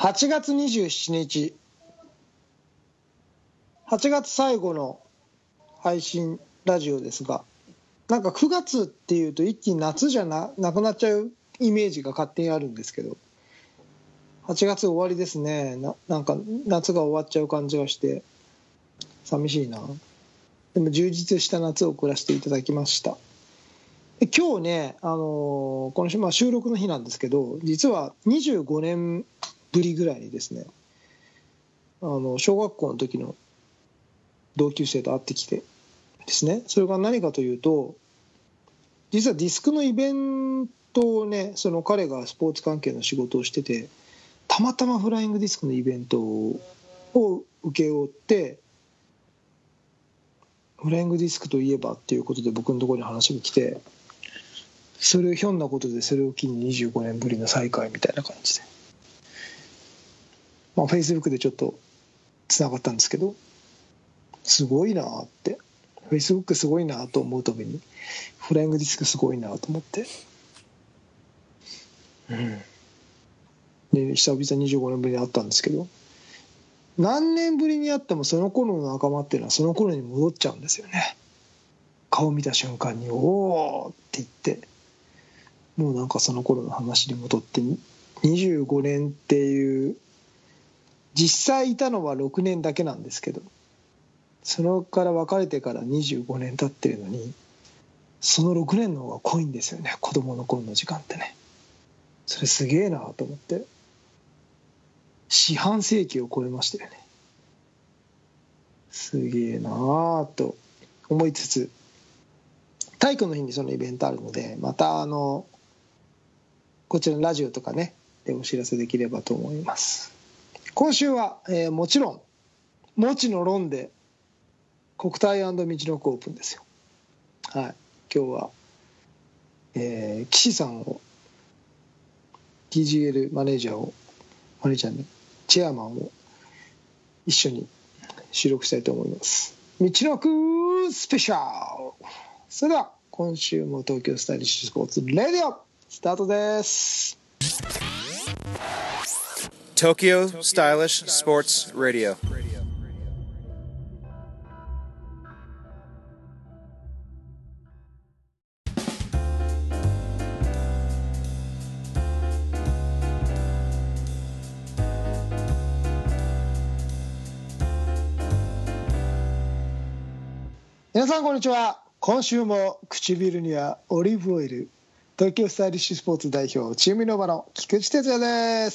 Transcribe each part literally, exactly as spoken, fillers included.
はちがつにじゅうしちにち、はちがつ最後の配信ラジオですが、なんかくがつっていうと一気に夏じゃ な, なくなっちゃうイメージが勝手にあるんですけど、はちがつ終わりですね。 な, なんか夏が終わっちゃう感じがして寂しいな。でも充実した夏を送らせていただきました。で今日ね、あのー、この週、まあ、収録の日なんですけど、実はにじゅうごねんぶりぐらいにですね、あの小学校の時の同級生と会ってきてですね、それが何かというと、実はディスクのイベントをね、その彼がスポーツ関係の仕事をしてて、たまたまフライングディスクのイベントを請け負って、フライングディスクといえばっていうことで僕のところに話が来て、それをひょんなことでそれを機ににじゅうごねんぶりの再会みたいな感じで、まあ Facebook でちょっとつながったんですけど、すごいなって、 Facebook すごいなと思うたびにフライングディスクすごいなと思って、うんで久々にじゅうごねんぶりに会ったんですけど、何年ぶりに会ってもその頃の仲間っていうのはその頃に戻っちゃうんですよね。顔見た瞬間におーって言って、もうなんかその頃の話に戻って、にじゅうごねんっていう、実際いたのはろくねんだけなんですけど、そのから別れてからにじゅうごねん経ってるのに、そのろくねんの方が濃いんですよね、子供の頃の時間ってね。それすげえなと思って、四半世紀を超えましたよね。すげえなと思いつつ、体育の日にそのイベントあるので、またあのこちらのラジオとかねでお知らせできればと思います。今週は、えー、もちろんもちのロンで国体&みちのくオープンですよ。はい、今日は、えー、岸さんを ティージーエル マネージャーをマネージャーにチェアマンを一緒に収録したいと思います。みちのくスペシャル。それでは今週も東京スタイリッシュスポーツレディオスタートです。 Tokyo Stylish Sports Radio。 皆さんこんにちは。今週も唇にはオリーブオイル、東京スタイリッシュスポーツ代表チームイノバの菊池哲也です。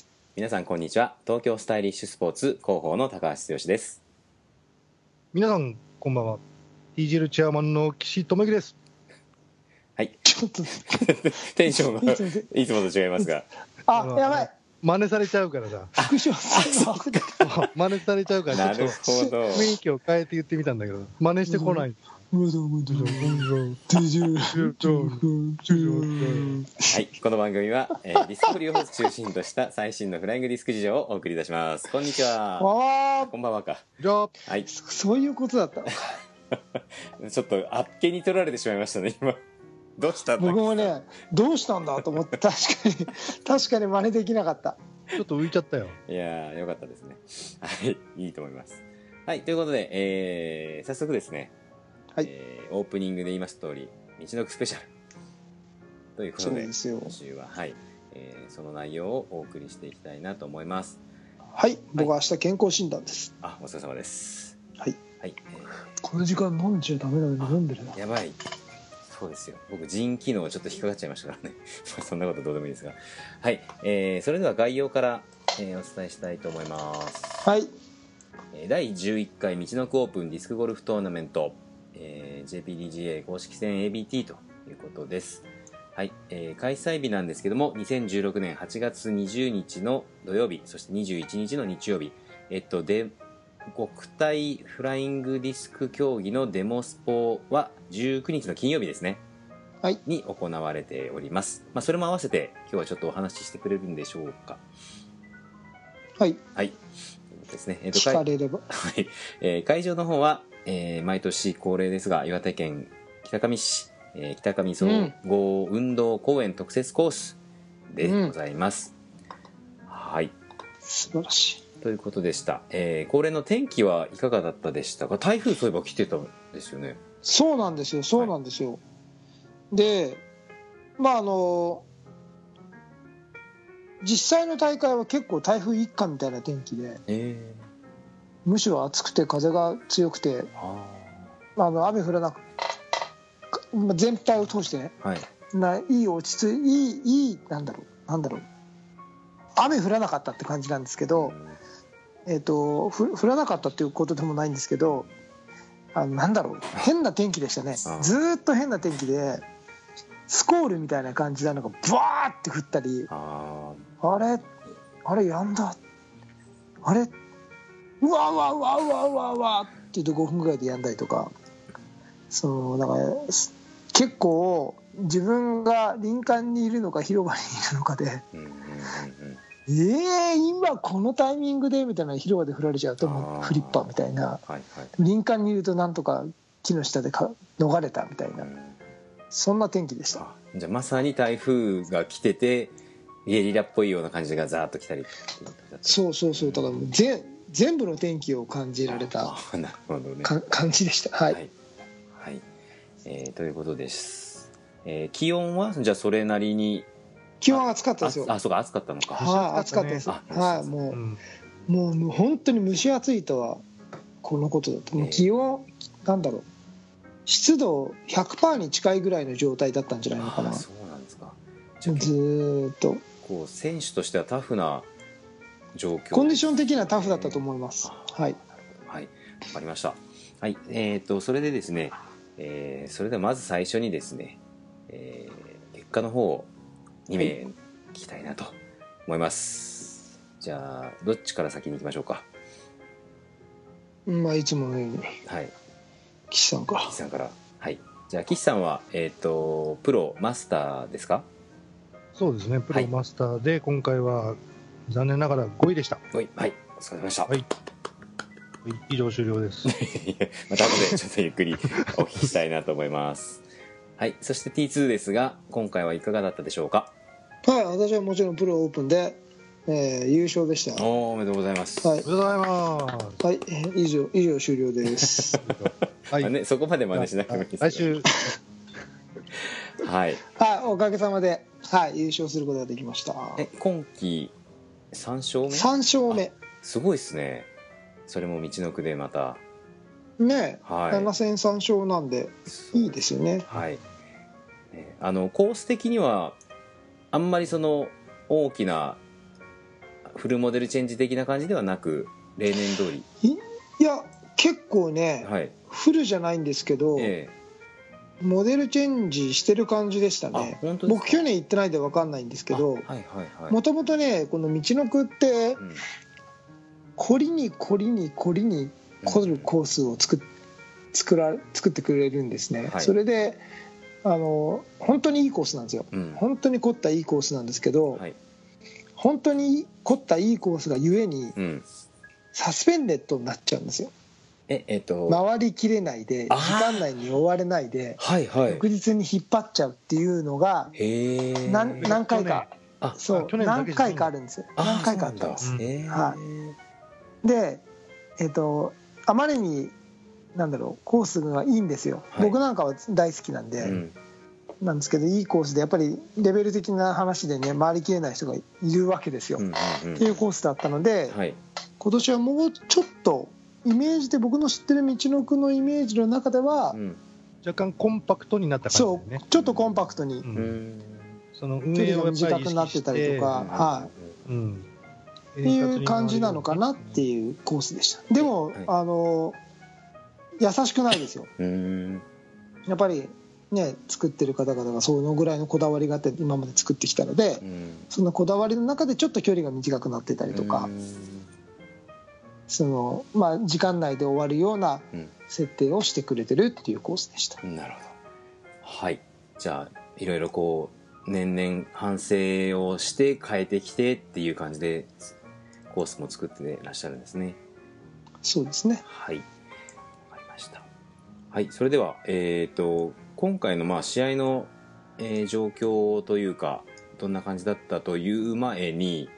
皆さんこんにちは。東京スタイリッシュスポーツ広報の高橋剛です。 皆さんこんばんは。 ティージーエル チェアマンの岸智之です。 はい、 ちょっとテンションがいつもと違いますがあ、やばい、 真似されちゃうからさ。 復唱するの真似されちゃうからなるちょっとほど雰囲気を変えて言ってみたんだけど、真似してこない。 はい、 この番組は、えー、ディスクフリーを中心とした最新のフライングディスク事情をお送りいたします。こんにちは。 あこんばんはか。 じゃあ、 はい、 そういうことだったのか。 ちょっとあっけに取られてしまいましたね今。どうしたんだ。 僕もね、どうしたんだと思って、確かに確かに真似できなかった。 ちょっと浮いちゃったよ。 いやーよかったですね。はい、いいと思います。はい、ということで、えー、早速ですね、はい、えー、オープニングで言いました通り、みちのくスペシャルということで、 そうですよ。 今週は、はい、えー、その内容をお送りしていきたいなと思います。 はい、僕は明日健康診断です。 あ、お疲れ様です。 はい、 はい、えー、この時間飲んじゃダメなのに飲んでるな。 やばい。そうですよ。僕腎機能ちょっと引っかかっちゃいましたからねそんなことどうでもいいですが、はい、えー、それでは概要から、えー、お伝えしたいと思います。 はい、 だいじゅういっかいみちのくオープンディスクゴルフトーナメント、えー、ジェーピーディージーエー 公式戦 エービーティー ということです。はい、えー、開催日なんですけども、にせんじゅうろくねんはちがつにじゅうにちの土曜日、そしてにじゅういちにちの日曜日、えっとで国体フライングディスク競技のデモスポはじゅうくにちの金曜日ですね、はい、に行われております。まあ、それも合わせて今日はちょっとお話ししてくれるんでしょうか。 はいはいですね、えー、と聞かれれば、 はいえー、会場の方は、えー、毎年恒例ですが岩手県北上市、えー、北上総合運動公園特設コースでございます。うん、はい、 素晴らしい。 ということでした、えー、恒例の天気はいかがだったでしたか？台風そういえば来てたんですよね。 そうなんですよそうなんですよ、はい、でまああの実際の大会は結構台風一過みたいな天気で、えー、むしろ暑くて風が強くて、ああの雨降らなく全体を通してね、はい、ないい落ち着いいいいいなんだろうなんだろう雨降らなかったって感じなんですけど、うん、えーとふ降らなかったっていうことでもないんですけど、あのなんだろう変な天気でしたね。ずーっと変な天気でスコールみたいな感じなのがバーって降ったり、ああれあれやんだあれうわうわうわうわうわうわって言うとごふんぐらいでやんだりとか、そのなんか結構自分が林間にいるのか広場にいるのかで、うんうんうんうん、えー、今このタイミングでみたいな広場で振られちゃうともうフリッパーみたいな、はいはい、林間にいるとなんとか木の下でか逃れたみたいな、うん、そんな天気でした。 じゃあまさに台風が来ててゲリラっぽいような感じがザーッと来たりっていうそうそうそうだからもうぜ全部の天気を感じられたなるほど、ね、感じでしたはい、はいはいえー、ということです、えー、気温はじゃあそれなりに気温は暑かったですよ。 ああそうか暑かったのか。 はい、暑かったです。はい、もう、うん、もうもう本当に蒸し暑いとはこのことだと、もう気温、えー、なんだろう湿度 ひゃくパーセント に近いぐらいの状態だったんじゃないのかな。 そうなんですか。 ずーっとこう選手としてはタフな状況、 コンディション的にはタフだったと思います。はいはい、わかりました。はい、えーとそれでですね、えー、それではまず最初にですね、えー、結果の方をに名聞きたいなと思います。じゃあどっちから先に行きましょうか。 まあいつものように、 はい、 岸さんから。 岸さんから。はい。じゃあ岸さんはえっとプロマスターですか？ そうですね。プロマスターで、はい、今回は残念ながらごいでした。 はい、はい、お疲れ様でした。 はい。以上終了です。 また後でちょっとゆっくりお聞きしたいなと思います。はい。そして ティーツー ですが、今回はいかがだったでしょうか？ はい、私はもちろんプロオープンで、えー、優勝でした。 お, おめでとうございます。 はい、 おめでとうございます。 はい、以上以上終了です。 はい、ね、そこまで真似しなくてもいいです来週はい。 あ、おかげさまで、はい、優勝することができました。 え、今季さん勝目？ さん勝目。 すごいですね。それも道のくでまた。 ねえ、 はい、 なな戦さん勝なんでいいですよね。 はい。あのコース的にはあんまりその大きなフルモデルチェンジ的な感じではなく例年通り。 い, いや結構ね、はい、フルじゃないんですけど、ええ、モデルチェンジしてる感じでしたね。僕去年行ってないんで分かんないんですけど、もともとねこの道のくって、うん、凝りに凝りに凝りに凝るコースを作っ作ら作ってくれるんですね、はい、それであの本当にいいコースなんですよ、うん、本当に凝ったいいコースなんですけど、はい、本当に凝ったいいコースがゆえに、うん、サスペンデッドになっちゃうんですよ。 ええっと、 回りきれないで時間内に終われないで、はいはい、翌日に引っ張っちゃうっていうのが何, 何回かそう何回かあるんですよ。何回かあったんです。はい、で、えっと、あまりになんだろうコースがいいんですよ、はい、僕なんかは大好きなんで、うん、なんですけどいいコースでやっぱりレベル的な話でね回りきれない人がいるわけですよ、うんうんうん、っていうコースだったので、はい、今年はもうちょっとイメージで僕の知ってる道のくのイメージの中では、うん、 若干コンパクトになった感じですね。 そうちょっとコンパクトに、うん、 その距離が短くなってたりとか、はい、うん、っていう感じなのかなっていうコースでした。でも、はい、あの優しくないですよ。やっぱりね作ってる方々がそのぐらいのこだわりがあって今まで作ってきたので、そのこだわりの中でちょっと距離が短くなってたりとか、そのまあ時間内で終わるような設定をしてくれてるっていうコースでした。 うん、なるほど。はい。じゃあいろいろこう年々反省をして変えてきてっていう感じでコースも作ってらっしゃるんですね。 そうですね。 はい。はい、それでは、えー、と今回のまあ試合の、えー、状況というかどんな感じだったという前に、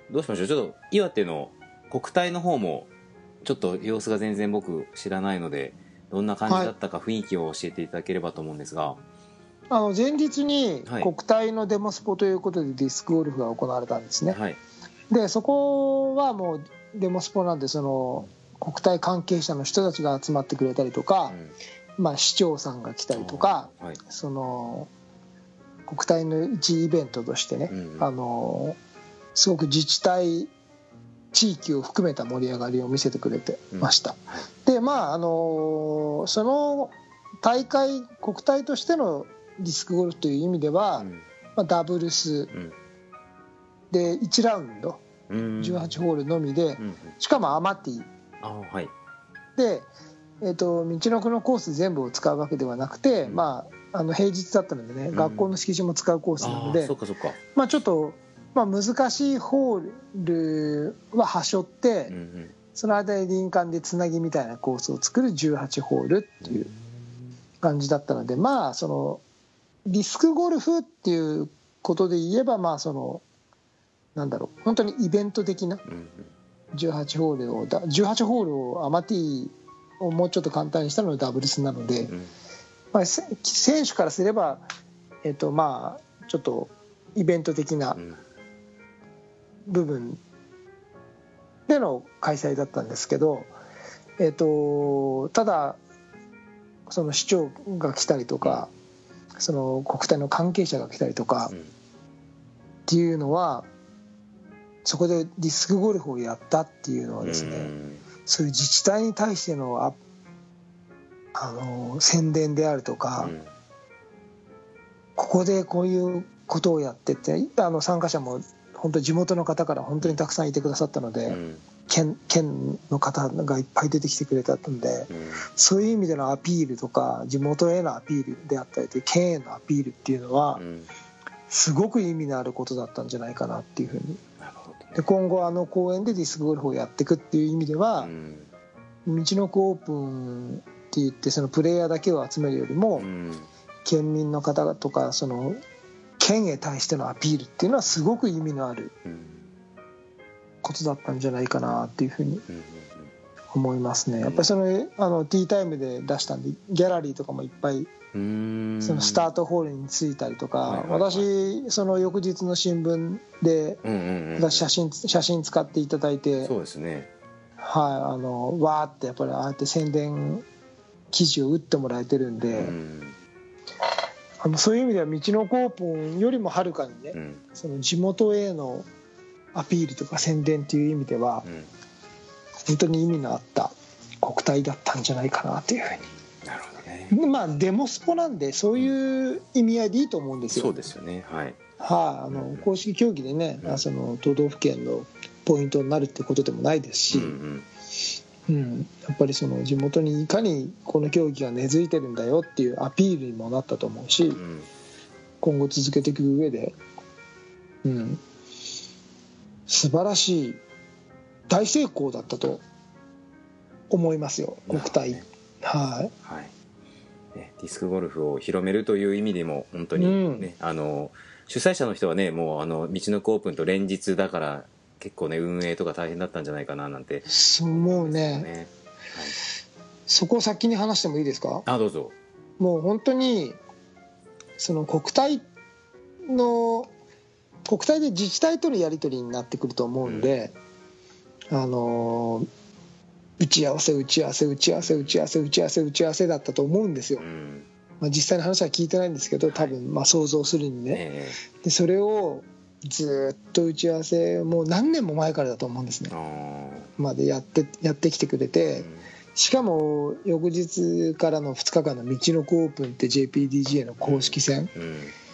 どうしましょう、ちょっと岩手の国体の方もちょっと様子が全然僕知らないので、どんな感じだったか雰囲気を教えていただければと思うんですが。 あの前日にはい国体のデモスポということでディスクゴルフが行われたんですね、 はい、 でそこはもうデモスポなんで、その国体関係者の人たちが集まってくれたりとか、 うん、 まあ、市長さんが来たりとか、 はい、 その国体の一イベントとしてね、 うんうん、 あのすごく自治体地域を含めた盛り上がりを見せてくれてました、うん、はい、でまああのその大会国体としてのディスクゴルフという意味では、うん、まあ、ダブルス、うん、でいちラウンド、うん、じゅうはちホールのみで、うん、しかもアマティ、 あ、はい、 で、えーと、道のくのコース全部を使うわけではなくて、うん、まあ、あの平日だったのでね、うん、学校の敷地も使うコースなので、 そうかそうか、 まあ、ちょっと、まあ、難しいホールははしょって、うんうん、その間に林間でつなぎみたいなコースを作るじゅうはちホールっていう感じだったので、まあそのディスクゴルフっていうことで言えば、まあそのなんだろう、本当にイベント的なじゅうはちホールをだじゅうはちホールをアマティをもうちょっと簡単にしたのがダブルスなので、まあ、選手からすれば、えっとまあちょっとイベント的な部分での開催だったんですけど、えっとただその市長が来たりとか、その国体の関係者が来たりとかっていうのは、そこでディスクゴルフをやったっていうのはですね、そういう自治体に対してのああの宣伝であるとか、ここでこういうことをやってって、あの参加者も本当地元の方から本当にたくさんいてくださったので、県, 県の方がいっぱい出てきてくれたんで、うん、そういう意味でのアピールとか地元へのアピールであったりと県へのアピールっていうのは、うん、すごく意味のあることだったんじゃないかなっていうふうに。なるほどね。で今後あの公園でディスクゴルフをやっていくっていう意味では、うん、道のくオープンって言ってそのプレイヤーだけを集めるよりも、うん、県民の方とかその県へ対してのアピールっていうのはすごく意味のある、うん、ことだったんじゃないかなっていうふうに思いますね。やっぱりそのあのティータイムで出したんでギャラリーとかもいっぱいそのスタートホールに着いたりとか、私その翌日の新聞で写真写真使っていただいて、 そうですね、 はい、あのわーってやっぱりああやって宣伝記事を打ってもらえてるんで、あのそういう意味では道のくオープンよりもはるかにね、その地元へのアピールとか宣伝という意味では、うん、本当に意味のあった国体だったんじゃないかなというふうに。 なるほどね。 まあデモスポなんでそういう意味合いでいいと思うんですよ。 そうですよね。はい。 はい、あの公式競技でね、うん、その都道府県のポイントになるってことでもないですし、うんうんうん、やっぱりその地元にいかにこの競技が根付いてるんだよっていうアピールにもなったと思うし、うん、今後続けていく上で、うん。素晴らしい大成功だったと思いますよ、国体、ね、はい、 はいね、ディスクゴルフを広めるという意味でも本当に、ね、うん、あの主催者の人はね、もうあの道のくオープンと連日だから結構ね運営とか大変だったんじゃないかななんて、 そう思うね、はい、そこを先に話してもいいですか。 あ、どうぞ。 もう本当にその国体の国体で自治体とのやり取りになってくると思うんで、うん、あの打ち合わせ打ち合わせ打ち合わせ打ち合わせ打ち合わせ打ち合わせだったと思うんですよ、うん、まあ、実際の話は聞いてないんですけど、多分まあ想像するにね、はい、でそれをずっと打ち合わせもう何年も前からだと思うんですね、までやってやってきてくれて、うん、しかも翌日からのふつかかんの道のくオープンって ジェイピーディージーエー の公式戦、うんうん、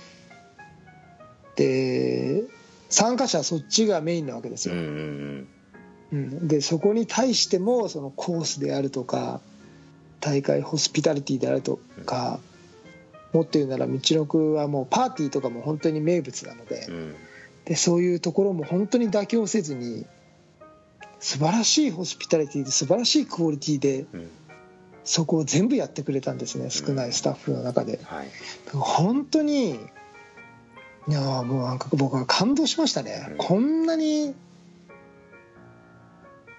で参加者はそっちがメインなわけですよ、うんうんうん、でそこに対してもそのコースであるとか大会ホスピタリティであるとか、うん、もっと言うなら道のくはもうパーティーとかも本当に名物なので、うん、でそういうところも本当に妥協せずに素晴らしいホスピタリティで素晴らしいクオリティで、うん、そこを全部やってくれたんですね、少ないスタッフの中で、うん、はい、本当にいやもうなんか僕は感動しましたね、うん、こんなに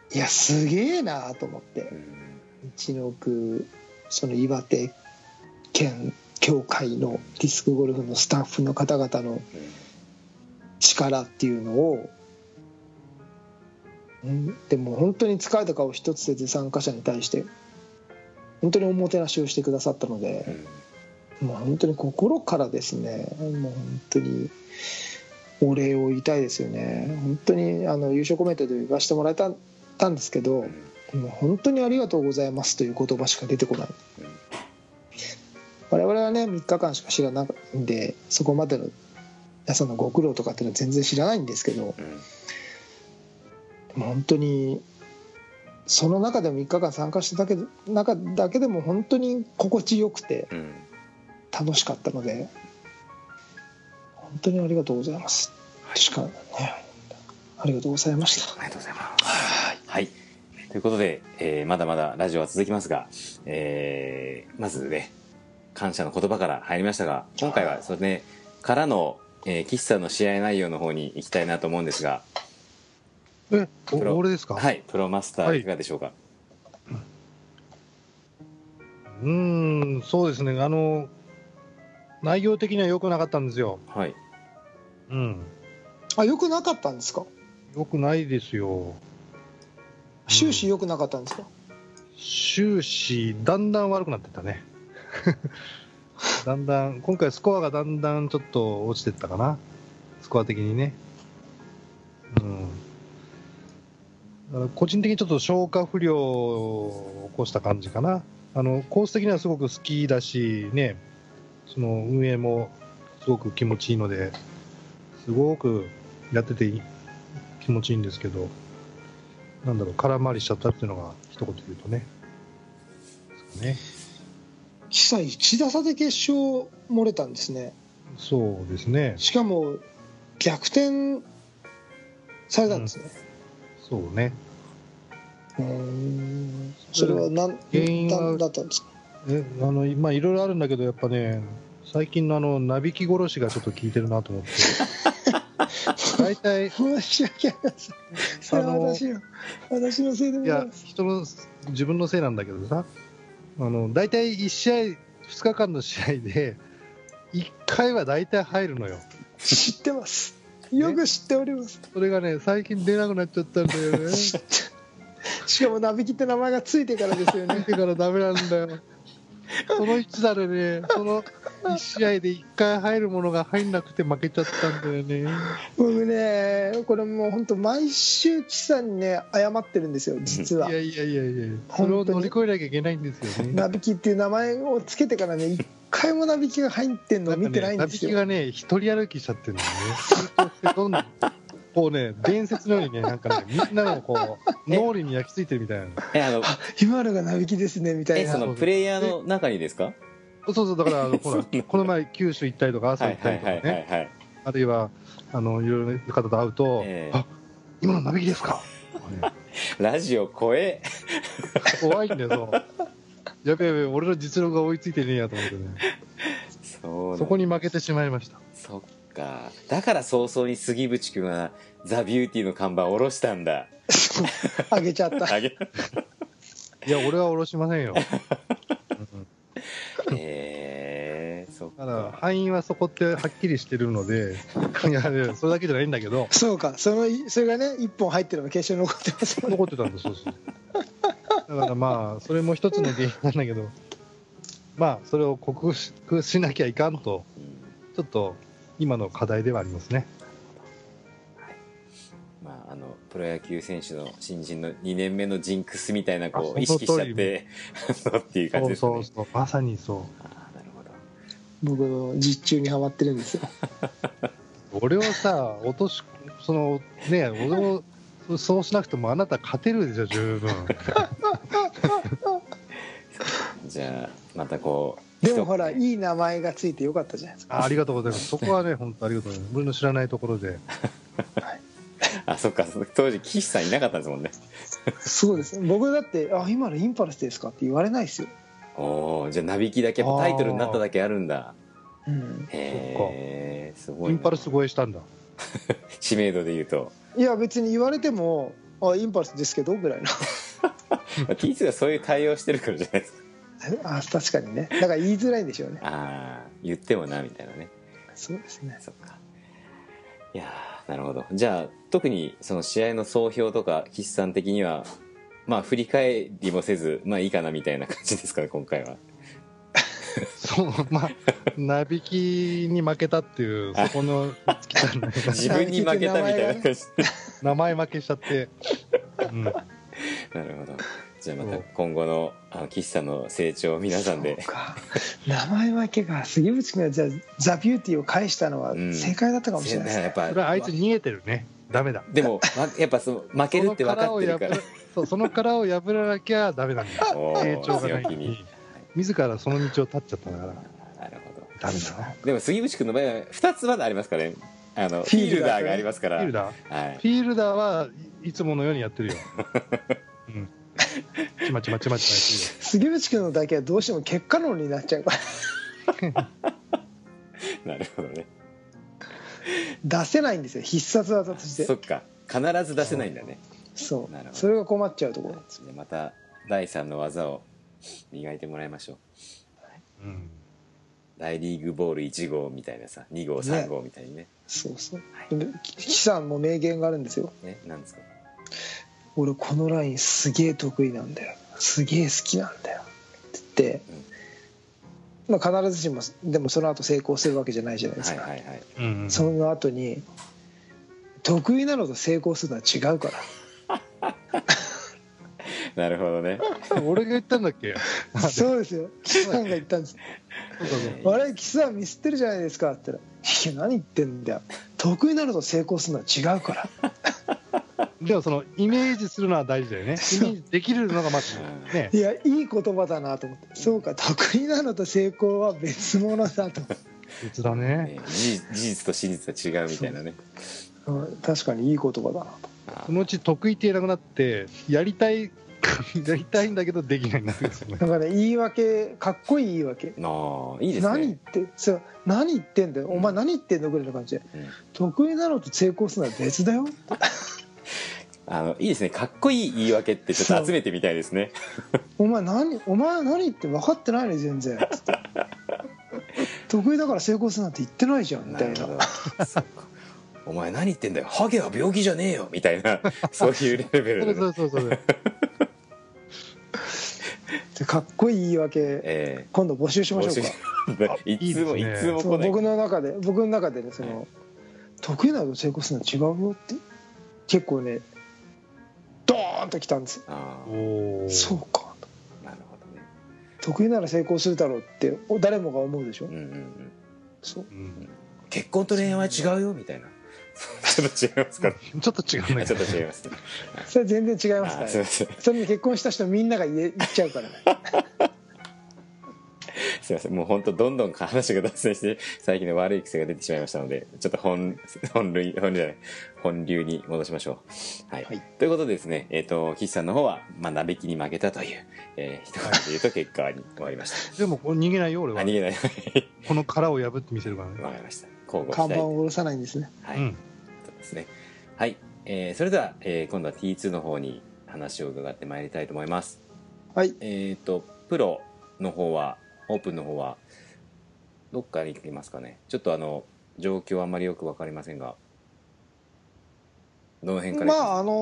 いやすげえなと思って、一のくその岩手県協会のディスクゴルフのスタッフの方々の力っていうのを、うん、でも本当に疲れた顔一つせず参加者に対して本当におもてなしをしてくださったので、もう本当に心からですね、もう本当にお礼を言いたいですよね。本当にあの優勝コメントで言わせてもらえたたんですけど、もう本当にありがとうございますという言葉しか出てこない。我々はねみっかかんしか知らないんで、そこまでの皆さんのご苦労とかっていうのは全然知らないんですけど、でも本当にその中でもみっかかん参加しただけ中だけでも本当に心地よくて楽しかったので、本当にありがとうございます。しかね、ありがとうございました。 ありがとうございます。はい、はい、ということで、えー、まだまだラジオは続きますが、えー、まずね感謝の言葉から入りましたが、今回はそれ、ね、からの、えー、岸さんの試合内容の方に行きたいなと思うんですが、 え俺ですか？ はい、プロマスターいかがでしょうか？はい、 うーんそうですね、あの内容的には良くなかったんですよ。 はい。 うん。 あ、良くなかったんですか？ 良くないですよ。 終始良くなかったんですか？ 終始だんだん悪くなってったね。だんだん今回スコアがだんだんちょっと落ちてったかな、スコア的にね。うん。だから個人的にちょっと消化不良を起こした感じかな。あのコース的にはすごく好きだしね。その運営もすごく気持ちいいので、すごくやってて気持ちいいんですけど、なんだろう、空回りしちゃったっていうのが一言言うとね。ですかね。 岸さんいち打差で決勝漏れたんですね。 そうですね。 しかも逆転されたんですね。 うん、そうね。 うーん、それは何原因はだったんですか？ えあのまあいろいろあるんだけど、やっぱね最近のあのなびき殺しがちょっと効いてるなと思って。大体申し訳ないです。それは私の私のせいでございます。 いや人の自分のせいなんだけどさ、あの大体いち試合ふつかかんの試合でいっかいは大体入るのよ。 知ってます。よく知っております。 ね、それがね最近出なくなっちゃったんだよね。 しかもなびきって名前がついてからですよね。 ついてからダメなんだよ。その一打でね、そのいち試合でいっかい入るものが入んなくて負けちゃったんだよね。 僕ね、これもう本当毎週岸さんにね謝ってるんですよ、実は。 いやいやいやいや、それを乗り越えなきゃいけないんですよね。 なびきっていう名前をつけてからね、一回もなびきが入ってんのを見てないんですよ。 なびきがね、一人歩きしちゃってるのね。どんどんこうね、伝説のようにね、なんかね、みんなのこう脳裏に焼き付いてるみたいな。 え、あの、 今のがなびきですねみたいな。 え、そのプレイヤーの中にですか？ そうそうだからあのほらこの前九州行ったりとか朝行ったりとかね、あるいはあのいろいろな方と会うと、えー、あ、今のなびきですか？ ラジオ怖え。 怖いんだよ。そう。やべやべ、俺の実力が追いついてねえやと思ってね。そうそこに負けてしまいました。 そっか。だから早々に杉渕君はザ・ビューティーの看板を下ろしたんだ。 あげちゃった。 あげいや俺は下ろしませんよ。 へえー、そっか。 だから敗因はそこってはっきりしてるので、いやそれだけじゃないんだけど。 そうか、そのそれがねいっぽん入ってるのが決勝に残ってますもんね。 残ってたんだ。そうそう。だからまあそれも一つの原因なんだけど、まあそれを克服しなきゃいかんと、ちょっと今の課題ではありますね。 まあ、あのプロ野球選手の新人のにねんめのジンクスみたいなこう意識しちゃってっていう感じですね。 そうそうそうまさにそう。 あ、なるほど。 僕の実中にハマってるんですよ。 俺はさ落としそのね俺もそうしなくてもあなた勝てるでしょ十分。 じゃあまたこうでもほらいい名前がついてよかったじゃないですか。 あ, ありがとうございます。そこはね本当ありがとうございます。俺の知らないところで。 はい、 あ、そっか、当時岸さんいなかったんですもんね。 そうです。僕だってあ今のインパルスですかって言われないですよ。 おお、じゃあなびきだけタイトルになっただけあるんだ。 うん、 へえ、すごい。 インパルス超えしたんだ。 知名度で言うと。 いや別に言われてもあインパルスですけどぐらいのティーツー がそういう対応してるからじゃないですか。 あ確かにね、だから言いづらいんでしょうね。 ああ言ってもなみたいなね。 そうですね。 そっか。いやーなるほど。じゃあ特にその試合の総評とか岸さん的にはまあ振り返りもせずまあいいかなみたいな感じですかね今回は。 そうまあなびきに負けたっていうそこの自分に負けたみたいな感じ。 名前負けしちゃって、うん、 なるほど。じゃあまた今後のあの岸さんの成長を皆さんで。 そうか名前負けか。杉渕君がじゃあザ・ビューティーを返したのは正解だったかもしれないですね、 うん、やっぱそれはあいつ逃げてるね。ダメだ。 でもやっぱその負けるって分かってるからそうその殻を破らなきゃダメなんだよ。成長がないに自らその道を立っちゃったから。 なるほど。 ダメだな。 でも杉渕君の場合はふたつまだありますからね。あのフィールダーがありますから。 フィールダー、 はい、 フィールダーはいつものようにやってるよ。うん。ちまちまちまちま杉渕君のだけはどうしても結果論になっちゃうからなるほどね。 出せないんですよ必殺技として。 そっか必ず出せないんだね。 そうなるほど。 それが困っちゃうところ。 まただいさんの技を磨いてもらいましょう。 うん、 大リーグボールいち号みたいなさに号さん号みたいにね。ねそうそう、はい、岸さんも名言があるんですよ。 ね、なんですか。 俺このラインすげえ得意なんだよすげえ好きなんだよって言って、うんまあ、必ずしもでもその後成功するわけじゃないじゃないですか、はいはいはいうんうん、その後に得意なのと成功するのは違うからなるほどね。 俺が言ったんだっけそうですよ岸さんが言ったんです。あれ岸さんミスってるじゃないですかって言ったらいや何言ってんだよ得意なのと成功するのは違うからでもそのイメージするのは大事だよね。イメージできるのがまずね。 いやいい言葉だなと思って、そうか得意なのと成功は別物だと。 別だね。 ね事実と史実は違うみたいなね。 うん、確かにいい言葉だなと。 そのうち得意って言えなくなってやりたいやりたいんだけどできないんだけどね。 なんかね言い訳かっこいい言い訳。 ああいいですね。 何言ってそう何言ってんだよ、うん、お前何言ってんのぐらいの感じで、うん、得意なのと成功するのは別だよ。 あのいいですね。かっこいい言い訳ってちょっと集めてみたいですね。 お前何お前何言って分かってないね全然得意だから成功するなんて言ってないじゃんみたいな。 お前何言ってんだよハゲは病気じゃねえよみたいなそういうレベルで、ね、そうそうそうそうかっこいい言い訳、えー、今度募集しましょうか。 いつもいつも来ない。僕の中で僕の中でねその、はい、得意なのと成功するの違うよって結構ねドーンときたんですよ。あそうかと。なるほどね。得意なら成功するだろうって誰もが思うでしょ。うんうんうん、そう、うん、結婚と恋愛は違うよみたいな。ちょっと違いますか。 ちょっと違うね。 ちょっと違います、ね。 それ全然違いますから、ね。それに結婚した人みんなが言え言っちゃうから、ね。 すいませんもう本当どんどん話が脱線して最近の悪い癖が出てしまいましたのでちょっと本本類本流本流に戻しましょう。はい。はい、ということでですねえっ、ー、と岸さんの方はまあなびきに負けたという、えー、一言で言うと結果に終わりました。 でも逃げないよ俺は。 あ逃げない。 この殻を破ってみせるからね。 わかりました。 看板を下ろさないんですね。 はい。うん、そうですね。はい。えー、それでは、えー、今度は ティーツー の方に話を伺ってまいりたいと思います。 はい。 えっ、ー、とプロの方はオープンの方はどっから行きますかね。ちょっとあの状況はあんまりよく分かりませんが、どの辺から行きますか。 まああの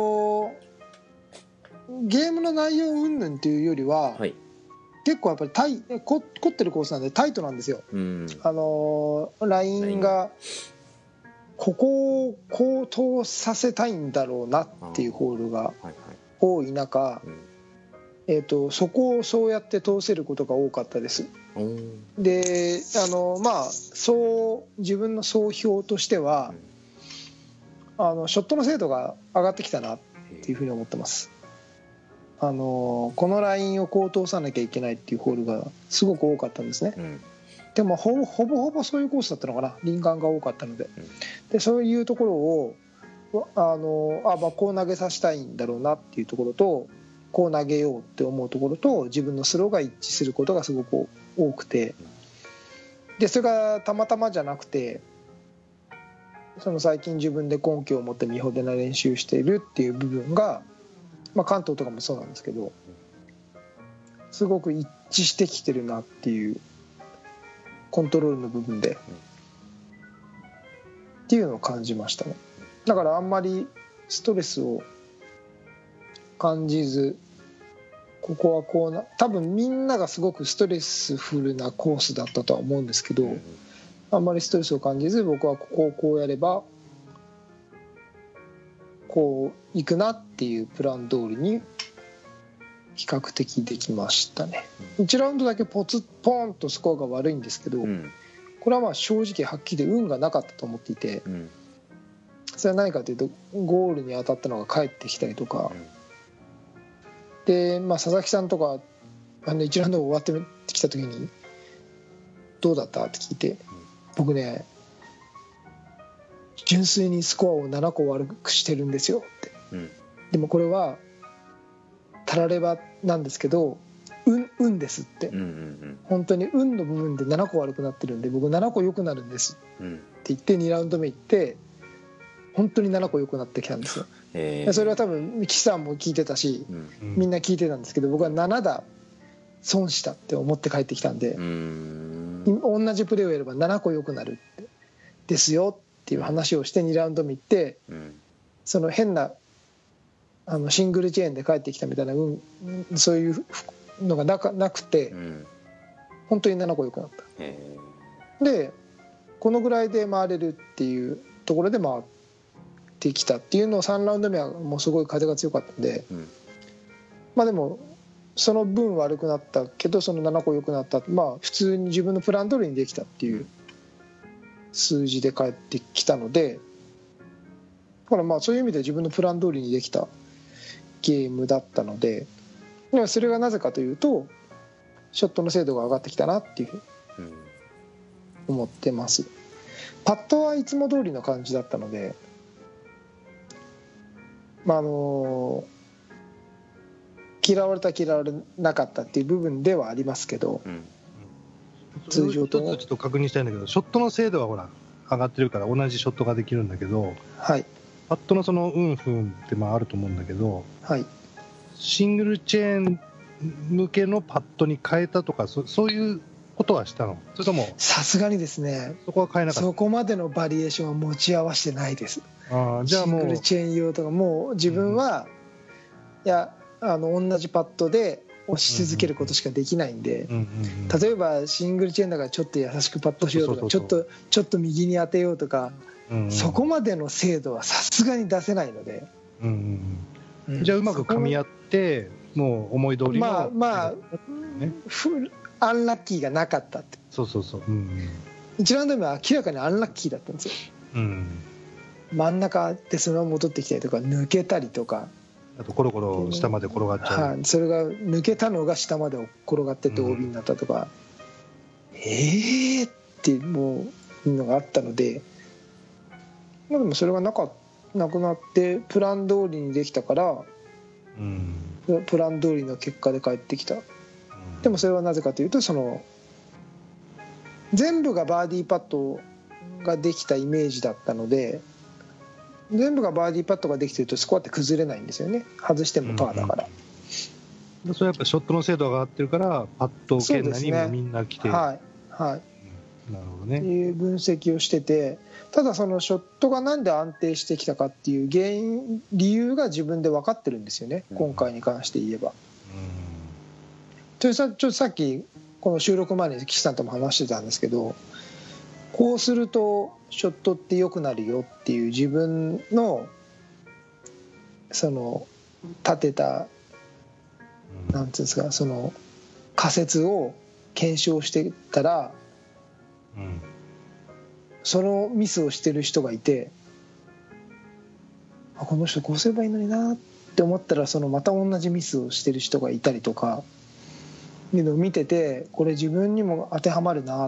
ー、ゲームの内容云々というよりは、はい、結構やっぱりタイこ凝ってるコースなんでタイトなんですよ。うん、あのー、ラインがここをこう通させたいんだろうなっていうホールが多い中、はいはい、うんえー、とそこをそうやって通せることが多かったです。であのまあそう自分の総評としては、うん、あのショットの精度が上がってきたなっていうふうに思ってます。あのこのラインをこう通さなきゃいけないっていうホールがすごく多かったんですね。うん、でもほぼほぼほぼそういうコースだったのかな。輪眼が多かったので、うん、でそういうところをあのあ、まあ、こう投げさせたいんだろうなっていうところとこう投げようって思うところと自分のスローが一致することがすごく多くて、でそれがたまたまじゃなくてその最近自分で根拠を持って美穂でな練習しているっていう部分が、まあ、関東とかもそうなんですけどすごく一致してきてるなっていうコントロールの部分でっていうのを感じましたね。だからあんまりストレスを感じずここはこうな多分みんながすごくストレスフルなコースだったとは思うんですけどあんまりストレスを感じず僕はここをこうやればこういくなっていうプラン通りに比較的できましたね。いちラウンドだけポツッポンとスコアが悪いんですけど、うん、これはまあ正直はっきり運がなかったと思っていて、うん、それは何かというとゴールに当たったのが返ってきたりとか、うん、で、まあ、佐々木さんとかあのいちラウンド終わってきた時にどうだったって聞いて、うん、僕ね純粋にスコアをななこ悪くしてるんですよって、うん、でもこれはたらればなんですけど運、運ですって、うんうんうん、本当に運の部分でななこ悪くなってるんで僕ななこ良くなるんですって言ってにラウンド目行って本当にななこ良くなってきたんですよ。それは多分岸さんも聞いてたし、うん、みんな聞いてたんですけど僕はなな打損したって思って帰ってきたんで、うん、同じプレーをやればななこ良くなるってですよっていう話をしてにラウンド目行って、うん、その変なあのシングルチェーンで帰ってきたみたいな、うん、そういうのが な, かなくて、うん、本当にななこ良くなった。でこのぐらいで回れるっていうところで回ってきたっていうのをさんラウンド目はもうすごい風が強かったんで、うん、まあでもその分悪くなったけどそのななこ良くなった、まあ普通に自分のプラン通りにできたっていう数字で返ってきたので、だからまあそういう意味で自分のプラン通りにできたゲームだったので、それがなぜかというとショットの精度が上がってきたなっていうふうに思ってます。パットはいつも通りの感じだったので、まああの嫌われた嫌われなかったっていう部分ではありますけど、うん、 通常とちょっと確認したいんだけどショットの精度はほら上がってるから同じショットができるんだけど、 はい、 パットのその運不運ってまああると思うんだけど、 はい、 シングルチェーン向けのパットに変えたとか そ, そういうことはしたの？それともさすがにですねそこは変えなかった？ そこまでのバリエーションは持ち合わせてないです。 あじゃあもうシングルチェーン用とかもう自分は、うん、いやあの同じパットで押し続けることしかできないんで、うんうんうん、例えばシングルチェーンだからちょっと優しくパットしようとかちょっとちょっと右に当てようとか、うんうん、そこまでの精度はさすがに出せないので、 うんうんうん、じゃあうまく噛み合ってもう思い通りのまあまあ、ね、アンラッキーがなかったって。 そうそうそう、うんうん、 いちラウンド目は明らかにアンラッキーだったんですよ、うん、真ん中でそのまま戻ってきたりとか抜けたりとかあとコロコロ下まで転がっちゃう、 はい、それが抜けたのが下まで転がってって オービー になったとか、うん、えーってもういうのがあったので、まあ、でもそれがなかなくなってプラン通りにできたから、うん、プラン通りの結果で返ってきた、うん、でもそれはなぜかというとその全部がバーディーパットができたイメージだったので、全部がバーディーパットができてるとスコアって崩れないんですよね、外してもパーだから、 うんうん、それはやっぱショットの精度が上がってるからパット圏内にもみんな来て、 ね、はいはい、 うん、なるほどね、 っていう分析をしてて、ただそのショットがなんで安定してきたかっていう原因理由が自分で分かってるんですよね、うん、今回に関して言えば、うん、というさちょっとさっきこの収録前に岸さんとも話してたんですけど、こうするとショットって良くなるよっていう自分のその立てたなんていうんですか、その仮説を検証してたら、うん、そのミスをしてる人がいて、あこの人こうすればいいのになって思ったらそのまた同じミスをしてる人がいたりとかいうのを見てて、これ自分にも当てはまるなって、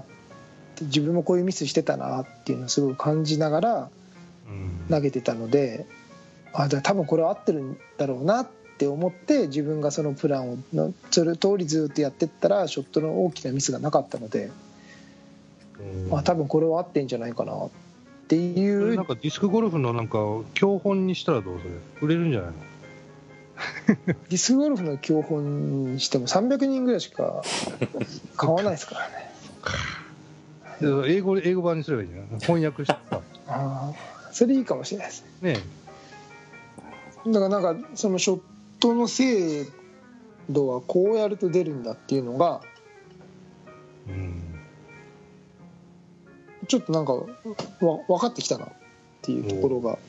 自分もこういうミスしてたなっていうのをすごい感じながら投げてたので、あ多分これは合ってるんだろうなって思って自分がそのプランをのそれ通りずっとやってったらショットの大きなミスがなかったので、あ多分これは合ってんじゃないかなっっていうなんかディスクゴルフのなんか教本にしたらどうそれ売れるんじゃないの？ ディスクゴルフの教本にしてもさんびゃくにんぐらいしか買わないですからね。 英語英語版にすればいいんじゃない？翻訳してさ。 ああ、それいいかもしれないですね。 ねだからなんかそのショットの精度はこうやると出るんだっていうのが、 え。うん。 ちょっとなんかわ分かってきたなっていうところが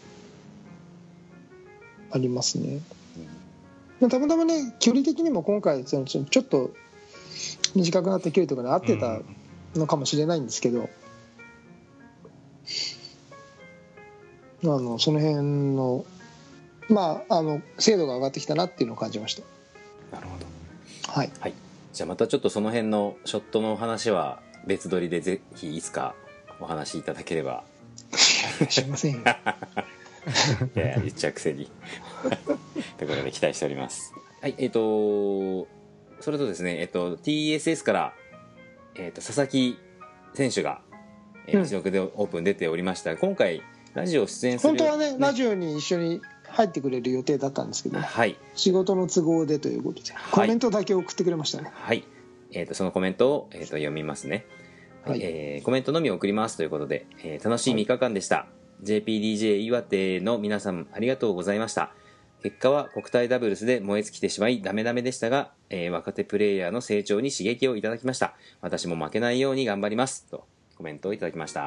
ありますね。たまたまね、距離的にも今回そのちょっと短くなった距離とかに合ってたのかもしれないんですけど、あのその辺のまああの精度が上がってきたなっていうのを感じました。 なるほど。 はい、 はい、じゃあまたちょっとその辺のショットの話は別撮りでぜひいつかお話しいただければ。 しませんよ。 いやいや言っちゃうくせにということで期待しております。はい、えっ、ー、とそれとですね、えっ、ー、と ティーエスエス から、えー、と佐々木選手が道のくでオープン出ておりました、うん、今回ラジオ出演する、 本当はね、ね、ラジオに一緒に入ってくれる予定だったんですけど、 はい、 仕事の都合でということで、はい、コメントだけ送ってくれましたね。 はい、えー、とそのコメントを、えー、と読みますね。はい、えー、コメントのみ送りますということで、えー、楽しいみっかかんでした、はい、ジェーピーディージェー 岩手の皆さんありがとうございました。結果は国体ダブルスで燃え尽きてしまいダメダメでしたが、えー、若手プレイヤーの成長に刺激をいただきました。私も負けないように頑張りますとコメントをいただきました。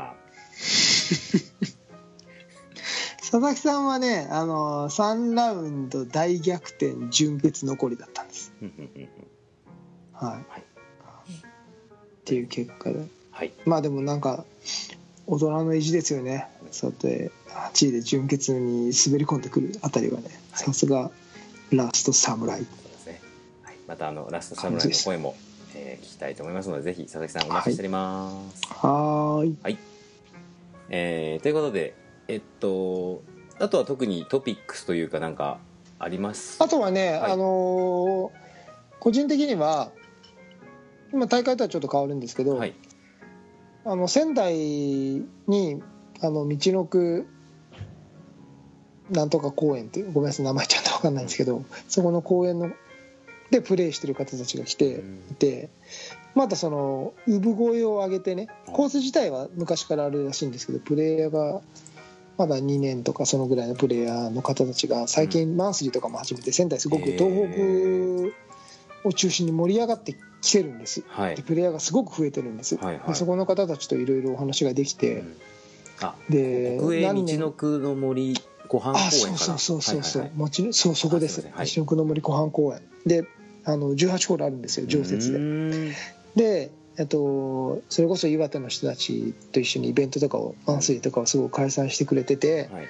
佐々木さんはね、あのさんラウンド大逆転準決残りだったんです。はい、はい、っていう結果で、はい、まあでもなんか大人の意地ですよね。そうやってはちいで準決に滑り込んでくるあたりはね、さすがラストサムライ。そうですね、 はい、またあのラストサムライの声も、えー、聞きたいと思いますので、ぜひ佐々木さんお待ちしております。 はい、 はい、えー、ということで、えっとあとは特にトピックスというかなんかあります？ あとはね、はい、あのー、個人的には今大会とはちょっと変わるんですけど、はい、あの仙台にあの道のくなんとか公園ってごめんなさい名前ちゃんと分かんないんですけど、そこの公園のでプレーしてる方たちが来ていて、またその産声を上げてね、コース自体は昔からあるらしいんですけど、プレイヤーがまだにねんとかそのぐらいのプレイヤーの方たちが最近マンスリーとかも始めて、仙台すごく東北を中心に盛り上がってきてるんです、はい、でプレイヤーがすごく増えてるんです、はいはい、でそこの方たちといろいろお話ができて、うん、 あで国営道のくの森湖畔公園かな、あそうそうそうそうそう、はいはいはい、そうそこです、はい、道のくの森湖畔公園であのじゅうはちホールあるんですよ常設で。でえっと、それこそ岩手の人たちと一緒にイベントとかをマンスリーとかをすごく開催してくれてて、はい、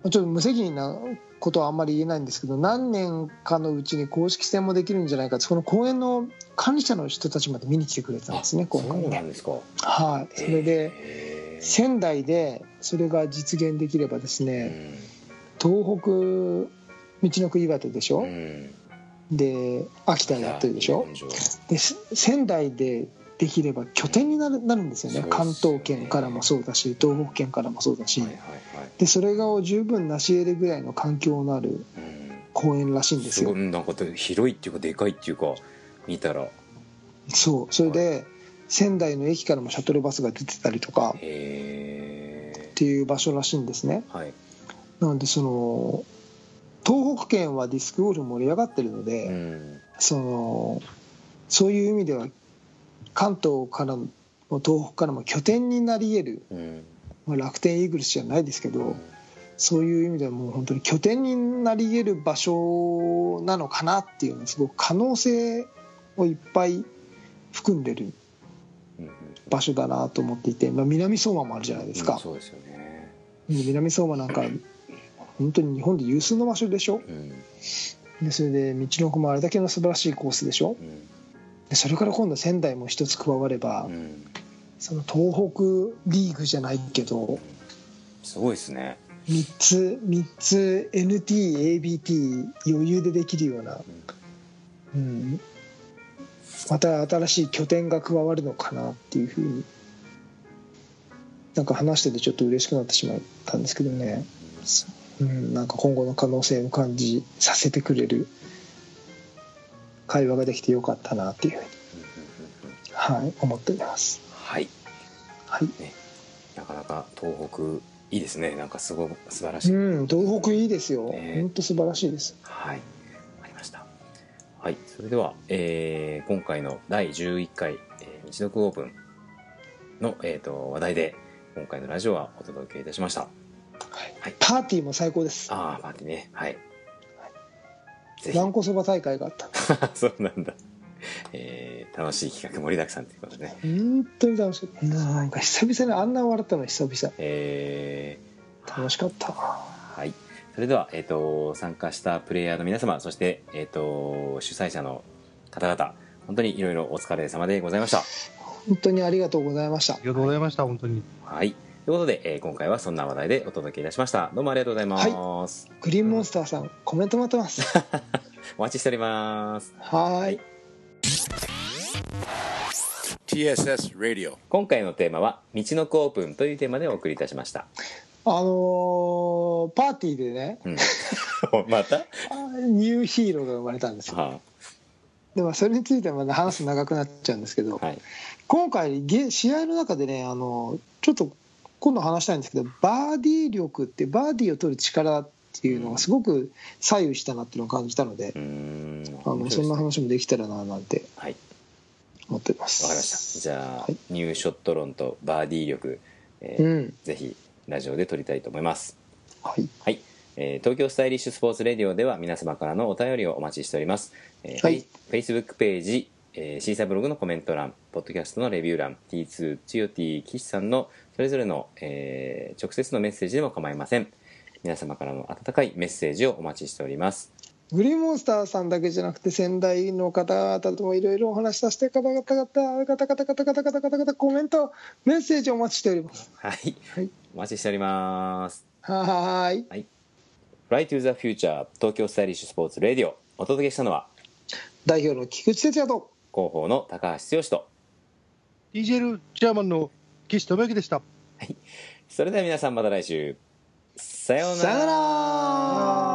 ちょっと無責任なことはあんまり言えないんですけど、何年かのうちに公式戦もできるんじゃないか、その公園の管理者の人たちまで見に来てくれたんですね今回ね。 そうなんですか。 はい、それで仙台でそれが実現できればですね、東北道のく岩手でしょ、うんで秋田やってるでしょ、で仙台でできれば拠点になる、なるんですよね。関東圏からもそうだし東北圏からもそうだし、はいはいはい、でそれが十分成し得るぐらいの環境のある公園らしいんですよ。 すごいなんか広いっていうかでかいっていうか見たらそう、それで、はい、仙台の駅からもシャトルバスが出てたりとかっていう場所らしいんですね、はい、なのでその東北圏はディスクゴルフ盛り上がってるので、うん、そのそういう意味では関東からも東北からも拠点になり得る、うんまあ、楽天イーグルスじゃないですけど、うん、そういう意味ではもう本当に拠点になり得る場所なのかなっていうのはすごく可能性をいっぱい含んでる場所だなと思っていて、まあ、南相馬もあるじゃないですか、うん、そうですよね。南相馬なんか本当に日本で有数の場所でしょ、うん、でそれで道のくもあれだけの素晴らしいコースでしょ、うん、でそれから今度仙台も一つ加われば、うん、その東北リーグじゃないけど、うん、 すごいですね。 みっつみっつ エヌティー、エービーティー 余裕でできるような、うんうん、また新しい拠点が加わるのかなっていうふうになんか話しててちょっと嬉しくなってしまったんですけどね、うん、なんか今後の可能性を感じさせてくれる会話ができてよかったなっていうふうに、はい、思っております。 はい、 はいね、なかなか東北いいですね。なんかすごい素晴らしい、 うん、東北いいですよ、 ね、 本当素晴らしいです。 はい、ありました。はい、それでは、えー、今回のだいじゅういっかい、えー、日読オープンの、えー、と話題で今回のラジオはお届けいたしました。 はいはい、パーティーも最高です。 ああ、パーティーね、はい、 はい、わんこそば大会があったそうなんだ、えー、楽しい企画盛りだくさんということでね、 本当に楽しかった。なんか久々にあんな笑ったの久々、 えー、楽しかった。 はい、それでは、えー、と参加したプレイヤーの皆様、そして、えー、と主催者の方々、本当にいろいろお疲れ様でございました。 本当にありがとうございました。ありがとうございました、はい、本当に。 はい、ということで、えー、今回はそんな話題でお届けいたしました。どうもありがとうございます。 はい、グリーンモンスターさん、コメント待ってますお待ちしております。 はい。 ティーエスエス Radio。 今回のテーマは道のくオープンというテーマでお送りいたしました。 あのー、パーティーでね、 うん、またニューヒーローが生まれたんですよ。はあ、でもそれについてはまだ話す長くなっちゃうんですけど、はい、今回試合の中でね、あのちょっと今度話したいんですけど、バーディー力ってバーディーを取る力っていうのがすごく左右したなっていうのを感じたので、うん、あのそんな話もできたらななんて思ってます。 わかりました。じゃあ、はい、ニューショット論とバーディー力、えーうん、ぜひラジオで撮りたいと思います。はい、はい、えー、東京スタイリッシュスポーツレディオでは皆様からのお便りをお待ちしております。えーはい、Facebook ページ、えー、シーサーブログのコメント欄、ポッドキャストのレビュー欄、 ティーツー つよ T 岸さんのそれぞれの、えー、直接のメッセージでも構いません。皆様からの温かいメッセージをお待ちしております。 グリーンモンスターさんだけじゃなくて仙台の方々ともいろいろお話しさせて方々方々方々方々方々方々コメントメッセージお待ちしております。 はい、はい、お待ちしております。 はい、はい、 Fly to the Future 東京スタイリッシュスポーツレディオ、お届けしたのは代表の菊池哲也と広報の高橋剛とディージェー ルチェアマンの岸智之でした。 はい、それでは皆さんまた来週、さようなら。 さようなら。